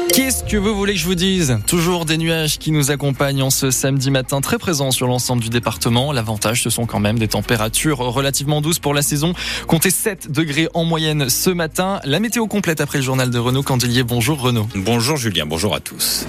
Qu'est-ce que vous voulez que je vous dise ? Toujours des nuages qui nous accompagnent en ce samedi matin, très présents sur l'ensemble du département. L'avantage, ce sont quand même des températures relativement douces pour la saison. Comptez 7 degrés en moyenne ce matin. La météo complète après le journal de Renaud Candelier. Bonjour Renaud. Bonjour Julien, bonjour à tous.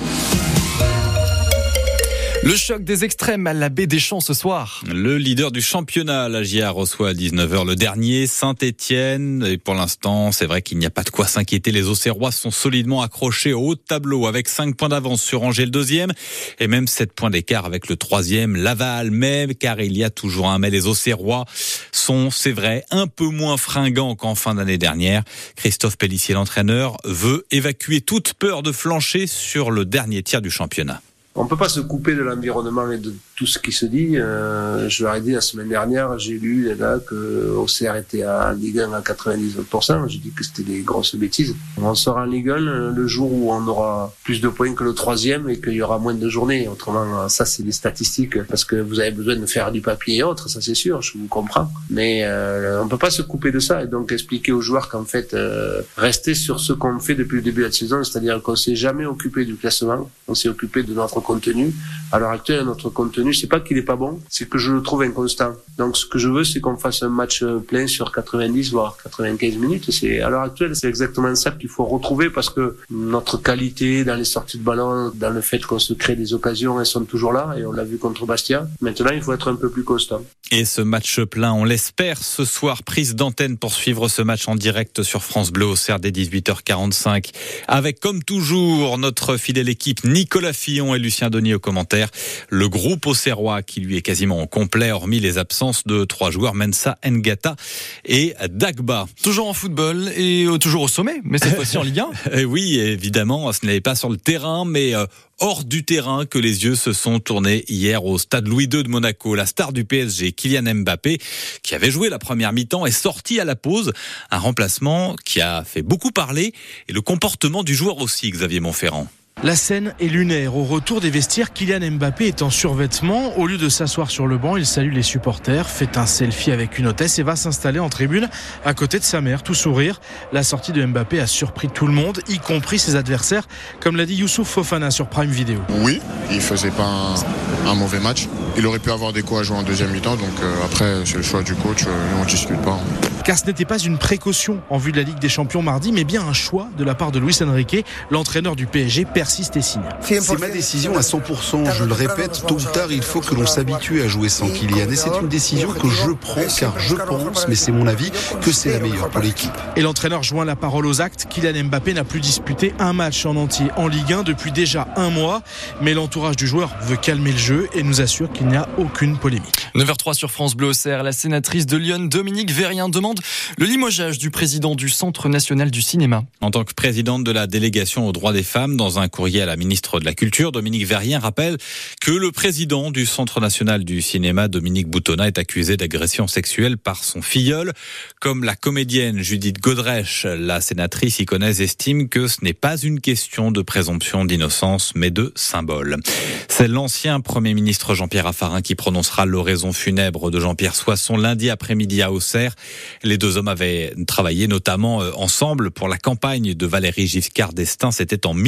Le choc des extrêmes à la Baie des Champs ce soir. Le leader du championnat, la GIA, reçoit à 19h le dernier, Saint-Étienne. Et pour l'instant, c'est vrai qu'il n'y a pas de quoi s'inquiéter. Les Auxerrois sont solidement accrochés au haut de tableau avec 5 points d'avance sur Angers le deuxième et même 7 points d'écart avec le troisième, Laval. Même car il y a toujours un mais, les Auxerrois sont, c'est vrai, un peu moins fringants qu'en fin d'année dernière. Christophe Pélissier, l'entraîneur, veut évacuer toute peur de flancher sur le dernier tiers du championnat. On ne peut pas se couper de l'environnement et de tout ce qui se dit. Je leur ai dit la semaine dernière, j'ai lu là que Auxerre était en Ligue 1 à 99%. J'ai dit que c'était des grosses bêtises. On sera en Ligue 1 le jour où on aura plus de points que le troisième et qu'il y aura moins de journées. Autrement, ça c'est des statistiques parce que vous avez besoin de faire du papier et autres, ça c'est sûr, je vous comprends. Mais on ne peut pas se couper de ça et donc expliquer aux joueurs qu'en fait, rester sur ce qu'on fait depuis le début de la saison, c'est-à-dire qu'on s'est jamais occupé du classement, on s'est occupé de notre contenu. À l'heure actuelle, notre contenu, c'est pas qu'il est pas bon, c'est que je le trouve inconstant. Donc, ce que je veux, c'est qu'on fasse un match plein sur 90, voire 95 minutes. À l'heure actuelle, c'est exactement ça qu'il faut retrouver parce que notre qualité dans les sorties de ballon, dans le fait qu'on se crée des occasions, elles sont toujours là et on l'a vu contre Bastia. Maintenant, il faut être un peu plus constant. Et ce match plein, on l'espère ce soir, prise d'antenne pour suivre ce match en direct sur France Bleu Auxerre dès 18h45 avec, comme toujours, notre fidèle équipe Nicolas Fillon et Lucien Denis au commentaire. Le groupe auxerrois qui lui est quasiment complet, hormis les absences de 3 joueurs, Mensah, Ngata et Dagba. Toujours en football et toujours au sommet, mais cette fois-ci en Ligue 1. Oui, évidemment, ce n'est pas sur le terrain, mais hors du terrain que les yeux se sont tournés hier au stade Louis II de Monaco. La star du PSG, Kylian Mbappé, qui avait joué la première mi-temps, est sorti à la pause. Un remplacement qui a fait beaucoup parler et le comportement du joueur aussi, Xavier Montferrand. La scène est lunaire. Au retour des vestiaires, Kylian Mbappé est en survêtement. Au lieu de s'asseoir sur le banc, il salue les supporters, fait un selfie avec une hôtesse et va s'installer en tribune à côté de sa mère, tout sourire. La sortie de Mbappé a surpris tout le monde, y compris ses adversaires, comme l'a dit Youssouf Fofana sur Prime Video. Oui, il faisait pas un mauvais match. Il aurait pu avoir des coups à jouer en deuxième mi-temps, donc après c'est le choix du coach, on ne discute pas. Car ce n'était pas une précaution en vue de la Ligue des Champions mardi, mais bien un choix de la part de Luis Enrique, l'entraîneur du PSG, persiste et signe. C'est ma décision à 100%, je le répète, tôt ou tard il faut que l'on s'habitue à jouer sans Kylian et c'est une décision que je prends car je pense, mais c'est mon avis, que c'est la meilleure pour l'équipe. Et l'entraîneur joint la parole aux actes, Kylian Mbappé n'a plus disputé un match en entier en Ligue 1 depuis déjà un mois, mais l'entourage du joueur veut calmer le jeu et nous assure qu'il n'y a aucune polémique. 9h03 sur France Bleu Auxerre, la sénatrice de Lyon, Dominique Vérien, demande le limogeage du président du Centre national du cinéma. En tant que présidente de la délégation aux droits des femmes, dans un courrier à la ministre de la Culture, Dominique Vérien rappelle que le président du Centre national du cinéma, Dominique Boutonnat, est accusé d'agression sexuelle par son filleul. Comme la comédienne Judith Godrèche, la sénatrice iconaise estime que ce n'est pas une question de présomption d'innocence, mais de symbole. C'est l'ancien Premier ministre Jean-Pierre Raffarin qui prononcera l'oraison funèbre de Jean-Pierre Soisson lundi après-midi à Auxerre. Les deux hommes avaient travaillé notamment ensemble pour la campagne de Valéry Giscard d'Estaing. C'était en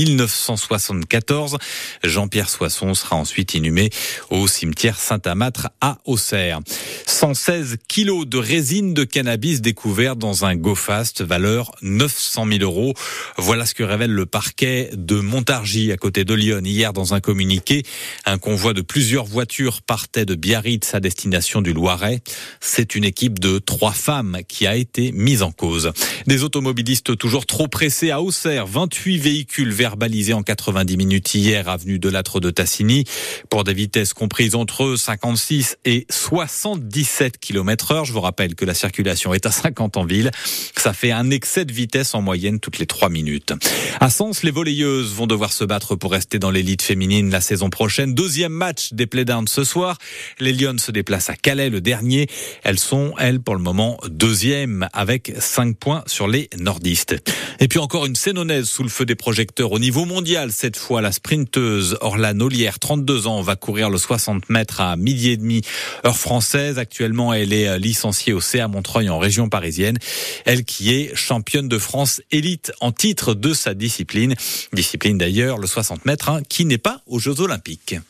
1974. Jean-Pierre Soisson sera ensuite inhumé au cimetière Saint-Amâtre à Auxerre. 116 kilos de résine de cannabis découvert dans un GoFast, valeur 900 000 €. Voilà ce que révèle le parquet de Montargis, à côté de Lyon. Hier, dans un communiqué, un convoi de plusieurs voitures partait de Biarritz à destination du Loiret. C'est une équipe de 3 femmes qui a été mise en cause. Des automobilistes toujours trop pressés à Auxerre. 28 véhicules verbalisés en 90 minutes hier, avenue de Lattre de Tassigny, pour des vitesses comprises entre 56 et 77 km/h. Je vous rappelle que la circulation est à 50 en ville. Ça fait un excès de vitesse en moyenne toutes les 3 minutes. À Sens, les volleyeuses vont devoir se battre pour rester dans l'élite féminine la saison prochaine. Deuxième match des Playdowns ce soir. Les Lyonnes se déplacent à Calais, le dernier. Elles sont, pour le moment, 2e. deuxième avec 5 points sur les nordistes. Et puis encore une Sénonaise sous le feu des projecteurs au niveau mondial. Cette fois, la sprinteuse Orlane Ollière, 32 ans, va courir le 60 mètres à 12h30 heure française. Actuellement, elle est licenciée au CA Montreuil en région parisienne. Elle qui est championne de France élite en titre de sa discipline. Discipline d'ailleurs, le 60 mètres, qui n'est pas aux Jeux Olympiques.